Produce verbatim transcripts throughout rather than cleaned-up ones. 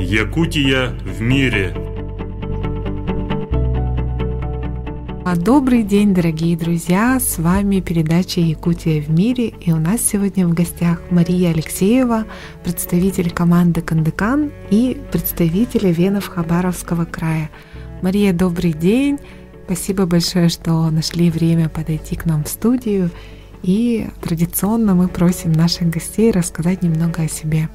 Якутия в мире. Добрый день, дорогие друзья! С вами передача «Якутия в мире», и у нас сегодня в гостях Мария Алексеева, представитель команды «Кандыкан» и представитель эвенов Хабаровского края. Мария, добрый день! Спасибо большое, что нашли время подойти к нам в студию, и традиционно мы просим наших гостей рассказать немного о себе.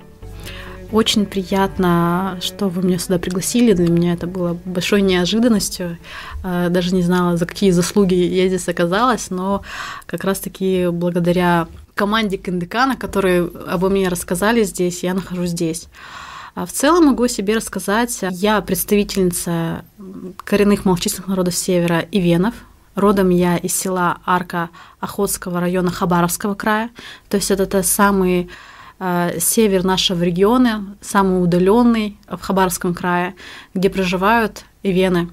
Очень приятно, что вы меня сюда пригласили. Для меня это было большой неожиданностью. Даже не знала, за какие заслуги я здесь оказалась, но как раз-таки благодаря команде Кандыкана, которые обо мне рассказали здесь, я нахожусь здесь. А в целом могу о себе рассказать. Я представительница коренных малочисленных народов Севера эвенов. Родом я из села Арка Охотского района Хабаровского края. То есть это те самые север нашего региона, самый удаленный в Хабаровском крае, где проживают эвены.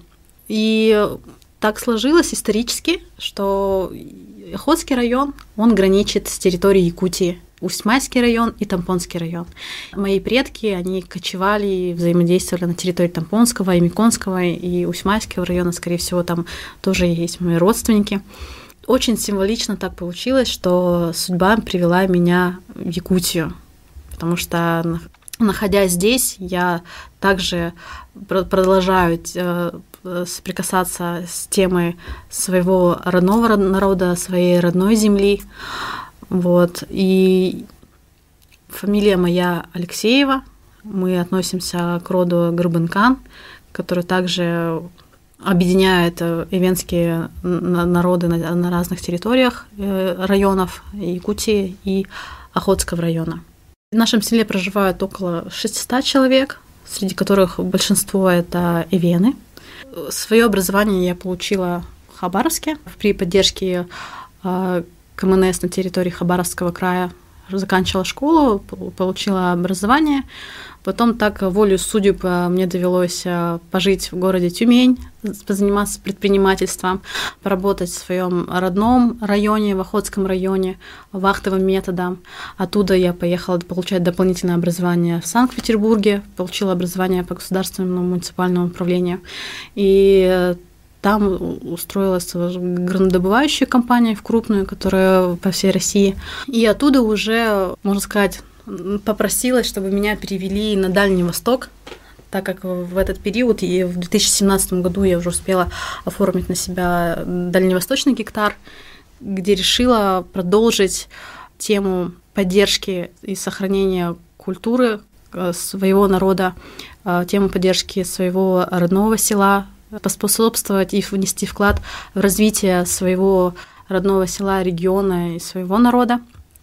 И так сложилось исторически, что Охотский район, он граничит с территорией Якутии, Усть-Майский район и Тампонский район. Мои предки, они кочевали и взаимодействовали на территории Тампонского и Миконского и Усть-Майского района, скорее всего, там тоже есть мои родственники. Очень символично так получилось, что судьба привела меня в Якутию, потому что, находясь здесь, я также продолжаю соприкасаться с темой своего родного народа, своей родной земли. Вот. И фамилия моя Алексеева, мы относимся к роду Гырбынкан, который также объединяет эвенские народы на разных территориях районов Якутии и Охотского района. В нашем селе проживают около шестисот человек, среди которых большинство это эвены. Свое образование я получила в Хабаровске при поддержке КМНС на территории Хабаровского края. Заканчивала школу, получила образование. Потом так волею судеб мне довелось пожить в городе Тюмень, позаниматься предпринимательством, поработать в своем родном районе, в Охотском районе, вахтовым методом. Оттуда я поехала получать дополнительное образование в Санкт-Петербурге, получила образование по государственному муниципальному управлению. И там устроилась в горнодобывающую компанию, в крупную, которая по всей России. И оттуда уже, можно сказать, попросилась, чтобы меня перевели на Дальний Восток, так как в этот период, и в две тысячи семнадцатом году я уже успела оформить на себя дальневосточный гектар, где решила продолжить тему поддержки и сохранения культуры своего народа, тему поддержки своего родного села, поспособствовать и внести вклад в развитие своего родного села, региона и своего народа.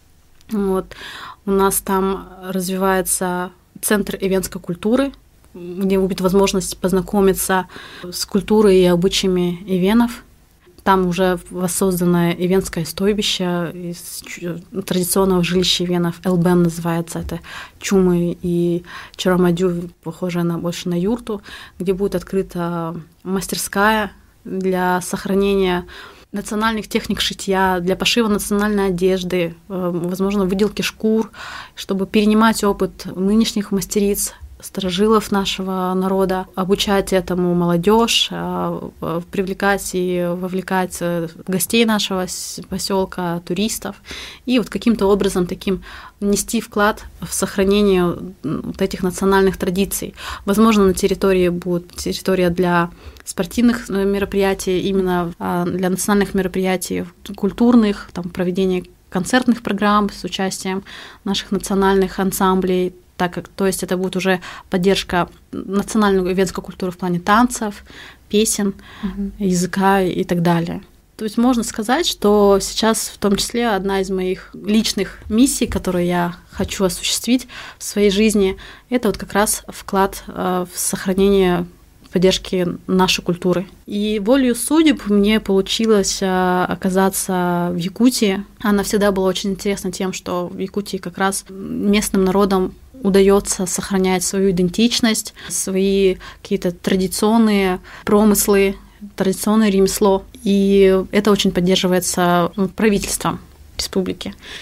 Вот. У нас там развивается центр эвенской культуры, где будет возможность познакомиться с культурой и обычаями эвенов. Там уже воссозданное эвенское стойбище из традиционного жилища эвенов. Элбэм называется, это чумы и чарамадю, похожая на, больше на юрту, где будет открыта мастерская для сохранения национальных техник шитья, для пошива национальной одежды, возможно, выделки шкур, чтобы перенимать опыт нынешних мастериц, старожилов нашего народа, обучать этому молодежь, привлекать и вовлекать гостей нашего поселка, туристов, и вот каким-то образом таким нести вклад в сохранение вот этих национальных традиций. Возможно, на территории будет территория для спортивных мероприятий, именно для национальных мероприятий, культурных, там, проведение концертных программ с участием наших национальных ансамблей, так как, то есть это будет уже поддержка национальной эвенской культуры в плане танцев, песен, mm-hmm. языка и так далее. То есть можно сказать, что сейчас в том числе одна из моих личных миссий, которую я хочу осуществить в своей жизни, это вот как раз вклад в сохранение поддержки нашей культуры. И волею судеб мне получилось оказаться в Якутии. Она всегда была очень интересна тем, что в Якутии как раз местным народам удается сохранять свою идентичность, свои какие-то традиционные промыслы, традиционное ремесло. И это очень поддерживается правительством республики.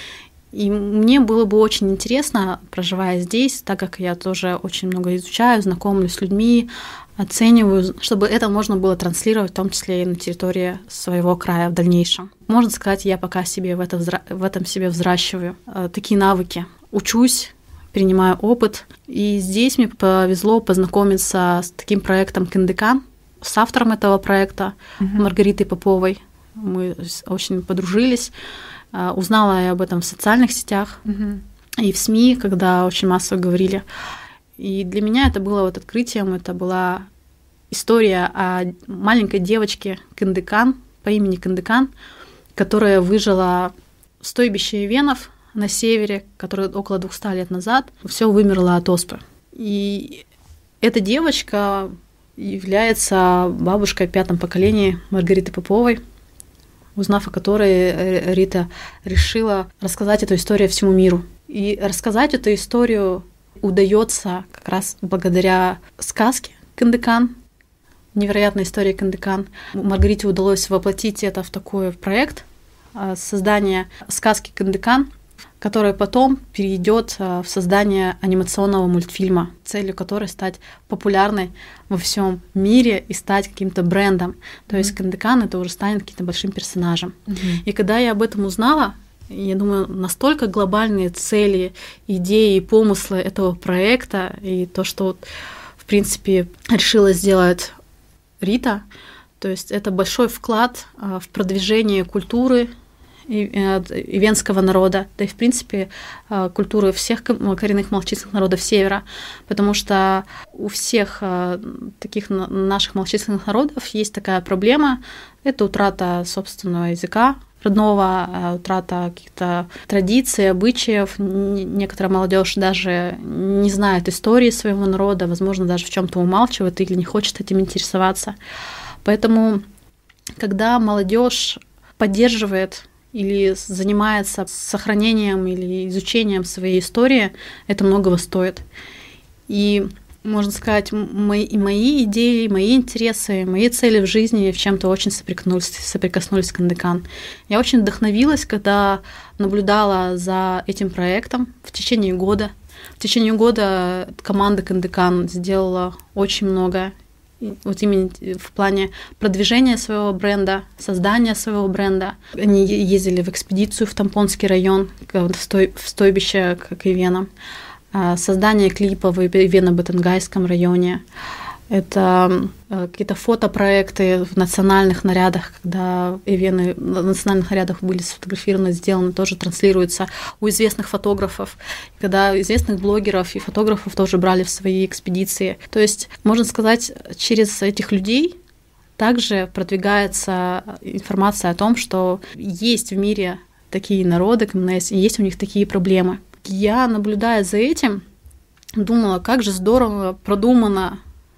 И мне было бы очень интересно, проживая здесь, так как я тоже очень много изучаю, знакомлюсь с людьми, оцениваю, чтобы это можно было транслировать, в том числе и на территории своего края в дальнейшем. Можно сказать, я пока себе в, это взра... в этом себе взращиваю э, такие навыки. Учусь, принимаю опыт. И здесь мне повезло познакомиться с таким проектом «Кындыкан», с автором этого проекта, uh-huh. Маргаритой Поповой. Мы очень подружились. Э, узнала я об этом в социальных сетях uh-huh. и в СМИ, когда очень массово говорили. И для меня это было вот открытием, это была история о маленькой девочке Кындыкан по имени Кындыкан, которая выжила в стойбище эвенов на севере, которое около двухсот лет назад все вымерло от оспы. И эта девочка является бабушкой в пятом поколении Маргариты Поповой, узнав о которой, Рита решила рассказать эту историю всему миру. И рассказать эту историю удается как раз благодаря сказке «Кындыкан», невероятная история «Кындыкан». Маргарите удалось воплотить это в такой проект создания сказки «Кындыкан», который потом перейдет в создание анимационного мультфильма, целью которой стать популярной во всем мире и стать каким-то брендом. То mm-hmm. есть Кындыкан это уже станет каким-то большим персонажем. Mm-hmm. И когда я об этом узнала, я думаю, настолько глобальные цели, идеи и помыслы этого проекта, и то, что, вот, в принципе, решила сделать Рита, то есть это большой вклад в продвижение культуры эвенского народа, да и, в принципе, культуры всех коренных малочисленных народов Севера, потому что у всех таких наших малочисленных народов есть такая проблема – это утрата собственного языка, родного, утрата каких-то традиций, обычаев. Некоторая молодежь даже не знает истории своего народа, возможно, даже в чем-то умалчивает или не хочет этим интересоваться. Поэтому, когда молодежь поддерживает или занимается сохранением или изучением своей истории, это многого стоит. И можно сказать, мои, мои идеи, мои интересы, мои цели в жизни в чем-то очень соприкоснулись, соприкоснулись с Кындыкан. Я очень вдохновилась, когда наблюдала за этим проектом в течение года. В течение года команда Кындыкан сделала очень много, вот именно в плане продвижения своего бренда, создания своего бренда. Они ездили в экспедицию в Тампонский район, в стойбище к эвенам. Создание клипа в Эвено-Батангайском районе. Это какие-то фотопроекты в национальных нарядах, когда эвены в национальных нарядах были сфотографированы, сделаны, тоже транслируются у известных фотографов, когда известных блогеров и фотографов тоже брали в свои экспедиции. То есть, можно сказать, через этих людей также продвигается информация о том, что есть в мире такие народы, и есть у них такие проблемы. Я, наблюдая за этим, думала, как же здорово продумана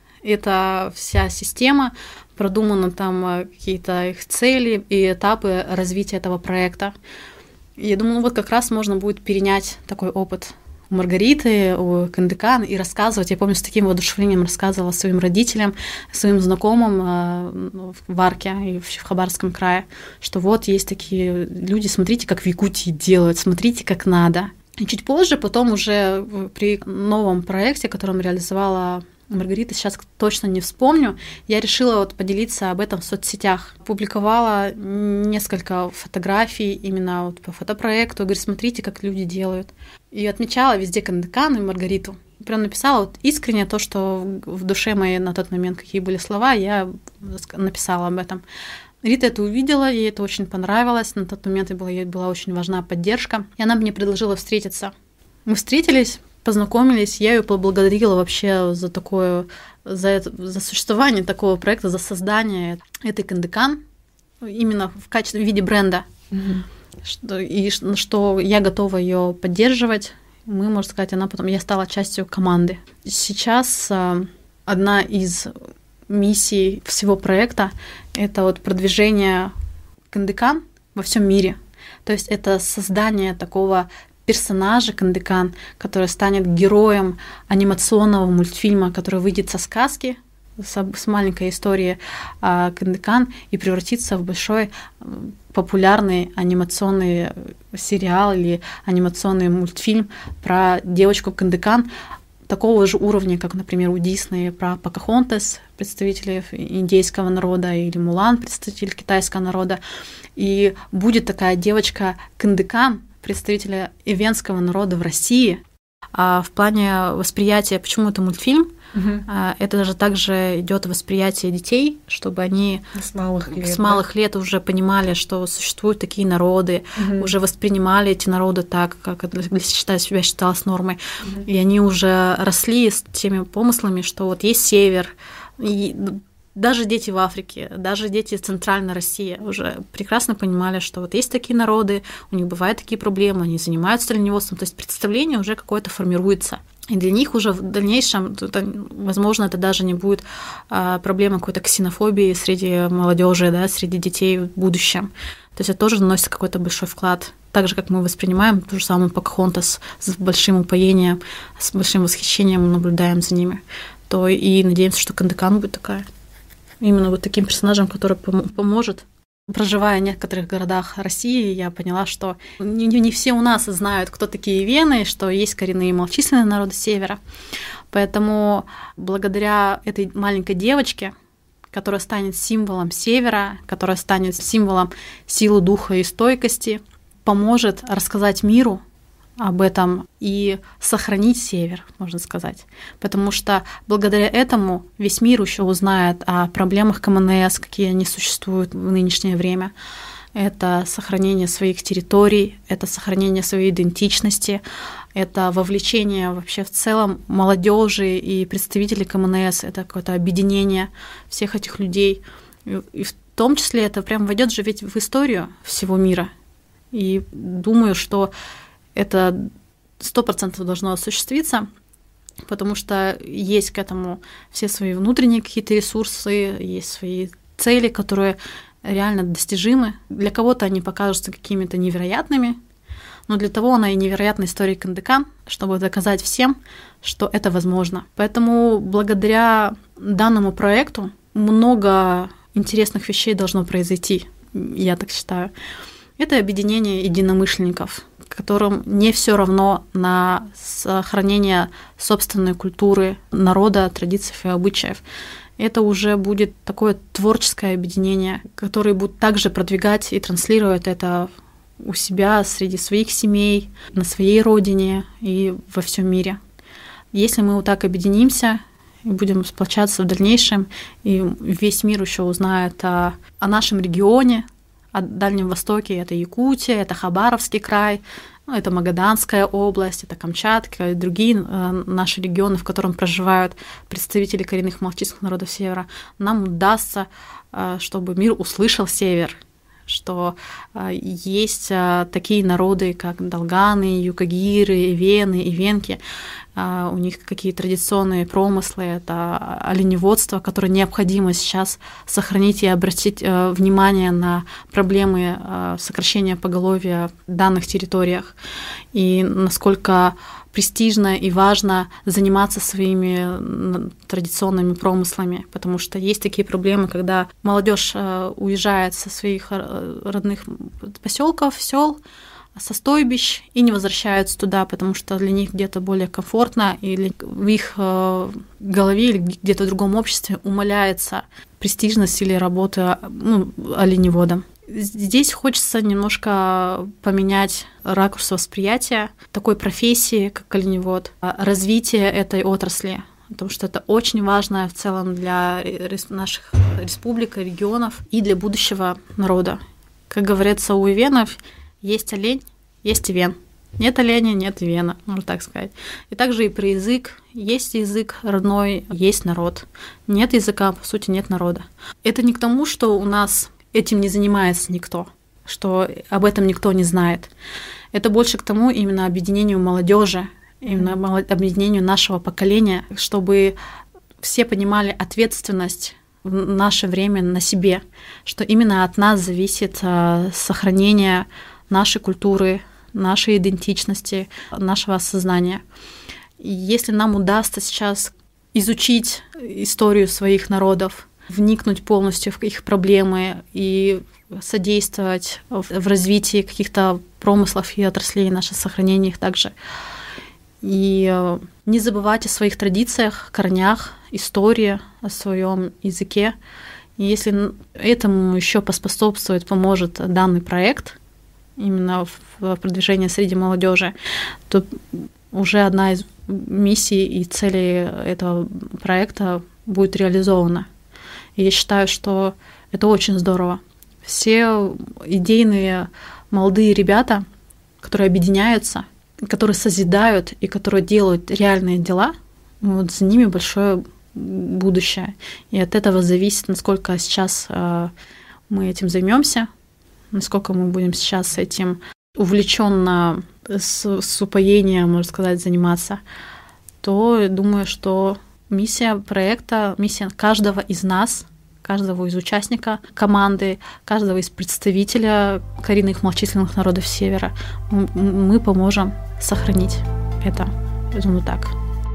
эта вся система, продуманы там какие-то их цели и этапы развития этого проекта. И я думала, вот как раз можно будет перенять такой опыт у Маргариты, у Кындыкан и рассказывать. Я помню, с таким воодушевлением рассказывала своим родителям, своим знакомым в Варке и в Хабаровском крае, что вот есть такие люди, смотрите, как в Якутии делают, смотрите, как надо. И чуть позже, потом уже при новом проекте, которым реализовала Маргарита, сейчас точно не вспомню, я решила вот поделиться об этом в соцсетях. Публиковала несколько фотографий именно вот по фотопроекту. Говорю, смотрите, как люди делают. И отмечала везде Кындыкан и Маргариту. Прям написала вот искренне то, что в душе моей на тот момент, какие были слова, я написала об этом. Рита это увидела, ей это очень понравилось. На тот момент ей была, ей была очень важна поддержка. И она мне предложила встретиться. Мы встретились, познакомились. Я ее поблагодарила вообще за такое, за, это, за существование такого проекта, за создание этой Кындыкан именно в качестве, в виде бренда. Mm-hmm. Что, и что я готова ее поддерживать. Мы, можно сказать, она потом, я стала частью команды. Сейчас одна из миссий всего проекта — это вот продвижение Кындыкан во всем мире. То есть это создание такого персонажа Кындыкан, который станет героем анимационного мультфильма, который выйдет со сказки, с маленькой истории Кындыкан и превратится в большой популярный анимационный сериал или анимационный мультфильм про девочку Кандыкан такого же уровня, как, например, у Диснея про Покахонтас, представителей индейского народа, или Мулан, представитель китайского народа. И будет такая девочка Кандыкан, представителя эвенского народа в России. А в плане восприятия, почему это мультфильм, угу. это же также идет восприятие детей, чтобы они с малых лет, с малых да? лет уже понимали, что существуют такие народы, угу. уже воспринимали эти народы так, как для себя считалось нормой. Угу. И они уже росли с теми помыслами, что вот есть север, и даже дети в Африке, даже дети в Центральной России уже прекрасно понимали, что вот есть такие народы, у них бывают такие проблемы, они занимаются оленеводством, то есть представление уже какое-то формируется. И для них уже в дальнейшем, это, возможно, это даже не будет а, проблема какой-то ксенофобии среди молодежи, да, среди детей в будущем. То есть это тоже наносит какой-то большой вклад. Так же, как мы воспринимаем ту же самую Покахонтас с большим упоением, с большим восхищением наблюдаем за ними, то и надеемся, что Кандыкан будет такая. Именно вот таким персонажем, который поможет. Проживая в некоторых городах России, я поняла, что не, не все у нас знают, кто такие вены, что есть коренные и малочисленные народы Севера. Поэтому благодаря этой маленькой девочке, которая станет символом Севера, которая станет символом силы духа и стойкости, поможет рассказать миру об этом и сохранить Север, можно сказать. Потому что благодаря этому весь мир еще узнает о проблемах ка эм эн эс, какие они существуют в нынешнее время. Это сохранение своих территорий, это сохранение своей идентичности, это вовлечение вообще в целом молодежи и представителей ка эм эн эс, это какое-то объединение всех этих людей. И в том числе это прям войдет же ведь в историю всего мира. И думаю, что это сто процентов должно осуществиться, потому что есть к этому все свои внутренние какие-то ресурсы, есть свои цели, которые реально достижимы. Для кого-то они покажутся какими-то невероятными, но для того она и невероятная история Кандыкан, чтобы доказать всем, что это возможно. Поэтому благодаря данному проекту много интересных вещей должно произойти, я так считаю. Это объединение единомышленников, которым не все равно на сохранение собственной культуры, народа, традиций и обычаев. Это уже будет такое творческое объединение, которое будет также продвигать и транслировать это у себя, среди своих семей, на своей родине и во всем мире. Если мы вот так объединимся и будем сплочаться в дальнейшем, и весь мир еще узнает о, о нашем регионе, о Дальнем Востоке, это Якутия, это Хабаровский край, это Магаданская область, это Камчатка и другие наши регионы, в которых проживают представители коренных малочисленных народов Севера, нам удастся, чтобы мир услышал Север, что есть такие народы, как долганы, юкагиры, эвены, эвенки. У них какие традиционные промыслы, это оленеводство, которое необходимо сейчас сохранить и обратить внимание на проблемы сокращения поголовья в данных территориях, и насколько престижно и важно заниматься своими традиционными промыслами, потому что есть такие проблемы, когда молодежь уезжает со своих родных поселков, сел, со стойбищ и не возвращаются туда, потому что для них где-то более комфортно, или в их голове или где-то в другом обществе умаляется престижность или работа, ну, оленеводом. Здесь хочется немножко поменять ракурс восприятия такой профессии, как оленевод, развитие этой отрасли, потому что это очень важно в целом для наших республик, регионов и для будущего народа. Как говорится, у эвенов есть олень, есть эвен. Нет оленя, нет эвена, можно так сказать. И также и про язык. Есть язык родной, есть народ. Нет языка, по сути, нет народа. Это не к тому, что у нас этим не занимается никто, что об этом никто не знает. Это больше к тому именно объединению молодежи, именно объединению нашего поколения, чтобы все понимали ответственность в наше время на себе, что именно от нас зависит сохранение нашей культуры, нашей идентичности, нашего осознания. И если нам удастся сейчас изучить историю своих народов, вникнуть полностью в их проблемы и содействовать в развитии каких-то промыслов и отраслей, наше сохранение их также. И не забывать о своих традициях, корнях, истории, о своем языке. И если этому еще поспособствует, поможет данный проект именно в продвижении среди молодежи, то уже одна из миссий и целей этого проекта будет реализована. И я считаю, что это очень здорово. Все идейные молодые ребята, которые объединяются, которые созидают и которые делают реальные дела, вот за ними большое будущее. И от этого зависит, насколько сейчас э, мы этим займемся, насколько мы будем сейчас этим увлеченно, с, с упоением, можно сказать, заниматься, то я думаю, что миссия проекта, миссия каждого из нас, каждого из участника команды, каждого из представителя коренных малочисленных народов Севера, мы поможем сохранить это. Я думаю, так.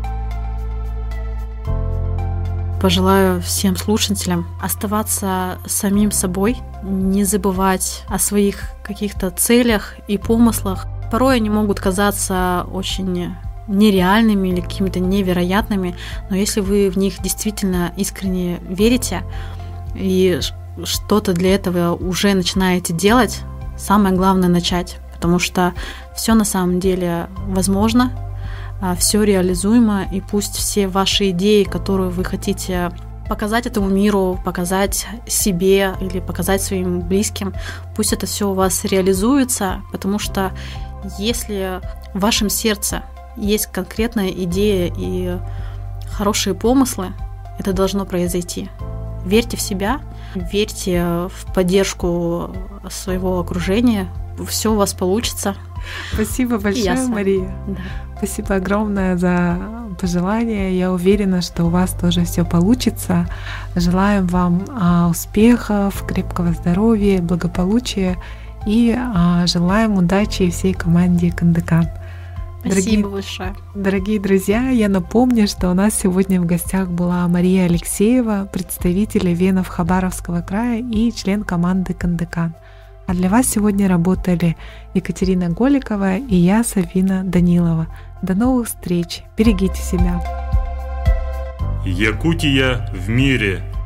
Пожелаю всем слушателям оставаться самим собой, не забывать о своих каких-то целях и помыслах. Порой они могут казаться очень нереальными или какими-то невероятными, но если вы в них действительно искренне верите и что-то для этого уже начинаете делать, самое главное начать, потому что все на самом деле возможно, все реализуемо, и пусть все ваши идеи, которые вы хотите показать этому миру, показать себе или показать своим близким, пусть это все у вас реализуется, потому что если в вашем сердце есть конкретная идея и хорошие помыслы, это должно произойти. Верьте в себя, верьте в поддержку своего окружения, все у вас получится. Спасибо большое, Мария. Да. Спасибо огромное за пожелания. Я уверена, что у вас тоже все получится. Желаем вам а, успехов, крепкого здоровья, благополучия и а, желаем удачи всей команде Кандыкан. Спасибо дорогие, большое. Дорогие друзья, я напомню, что у нас сегодня в гостях была Мария Алексеева, представитель Венов Хабаровского края и член команды Кандыкан. А для вас сегодня работали Екатерина Голикова и я, Савина Данилова. До новых встреч. Берегите себя. Якутия в мире.